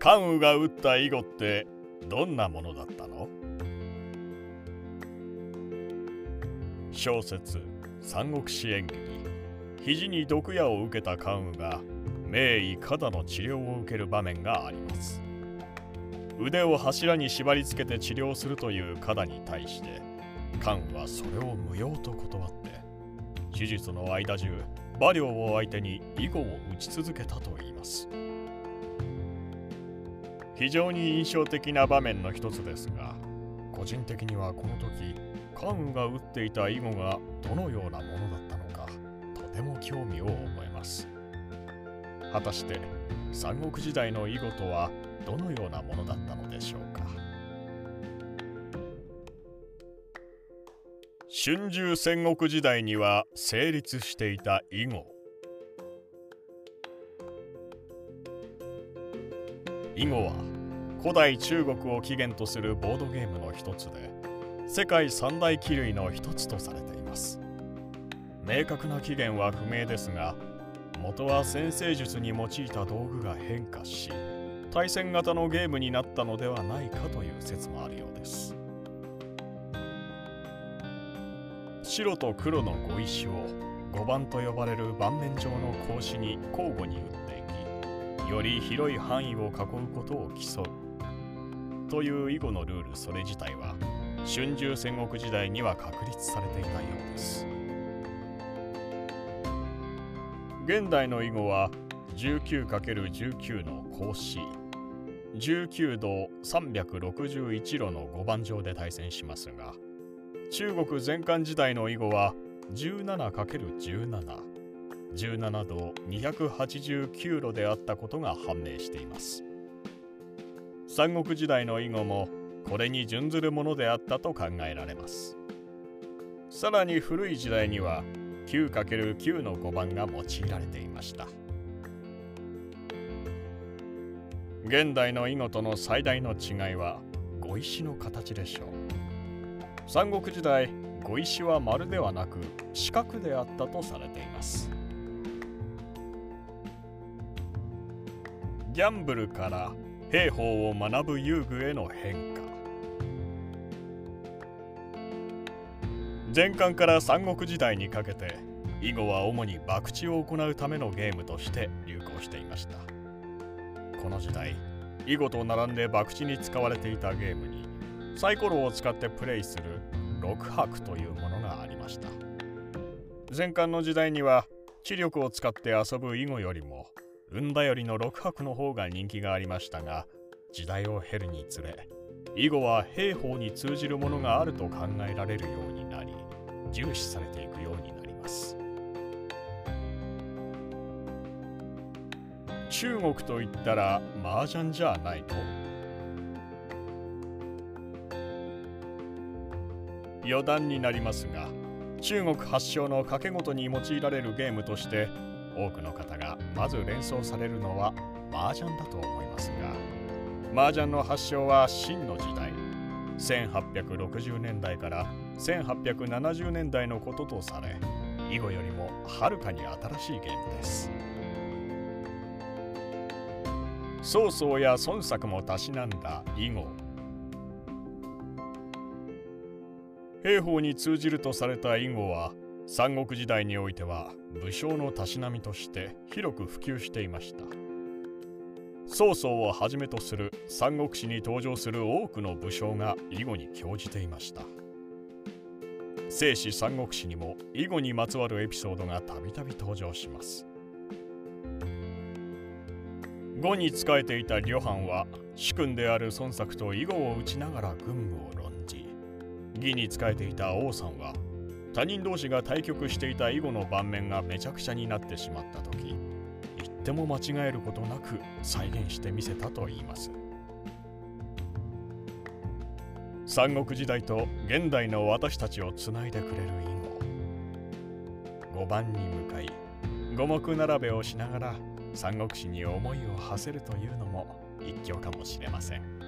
関羽が打った囲碁ってどんなものだったの？小説「三国志演義」に肘に毒矢を受けた関羽が名医肩の治療を受ける場面があります。腕を柱に縛り付けて治療するという肩に対して関羽はそれを無用と断って手術の間中馬良を相手に囲碁を打ち続けたといいます。非常に印象的な場面の一つですが、個人的にはこの時関羽が打っていた囲碁がどのようなものだったのかとても興味を覚えます。果たして三国時代の囲碁とはどのようなものだったのでしょうか。春秋戦国時代には成立していた囲碁。囲碁は古代中国を起源とするボードゲームの一つで、世界三大棋類の一つとされています。明確な起源は不明ですが、元は占星術に用いた道具が変化し、対戦型のゲームになったのではないかという説もあるようです。白と黒の碁石を碁盤と呼ばれる盤面上の格子に交互に打っていき、より広い範囲を囲うことを競うという囲碁のルールそれ自体は春秋戦国時代には確立されていたようです。現代の囲碁は 19×19 の格子19度361路の碁盤上で対戦しますが、中国前漢時代の囲碁は 17×17 17度289路であったことが判明しています。三国時代の囲碁もこれに準ずるものであったと考えられます。さらに古い時代には 9×9 の碁盤が用いられていました。現代の囲碁との最大の違いは碁石の形でしょう。三国時代、碁石は丸ではなく四角であったとされています。ギャンブルから兵法を学ぶ遊具への変化。前漢から三国時代にかけて囲碁は主に博打を行うためのゲームとして流行していました。この時代、囲碁と並んで博打に使われていたゲームにサイコロを使ってプレイする六白というものがありました。前漢の時代には知力を使って遊ぶ囲碁よりも運頼りの六白の方が人気がありましたが、時代を経るにつれ囲碁は兵法に通じるものがあると考えられるようになり、重視されていくようになります。中国といったら麻雀じゃないの？余談になりますが、中国発祥の賭け事に用いられるゲームとして多くの方がまず連想されるのは麻雀だと思いますが、麻雀の発祥は清の時代1860年代から1870年代のこととされ、囲碁よりもはるかに新しいゲームです。曹操や孫作もたしなんだ囲碁。兵法に通じるとされた囲碁は三国時代においては武将のたしなみとして広く普及していました。曹操をはじめとする三国志に登場する多くの武将が囲碁に興じていました。正史三国志にも囲碁にまつわるエピソードがたびたび登場します。碁に仕えていた呂範は主君である孫作と囲碁を打ちながら軍務を論じ、義に仕えていた王さんは他人同士が対局していた囲碁の盤面がめちゃくちゃになってしまった時、言っても間違えることなく再現してみせたといいます。三国時代と現代の私たちをつないでくれる囲碁。碁盤に向かい五目並べをしながら三国志に思いを馳せるというのも一興かもしれません。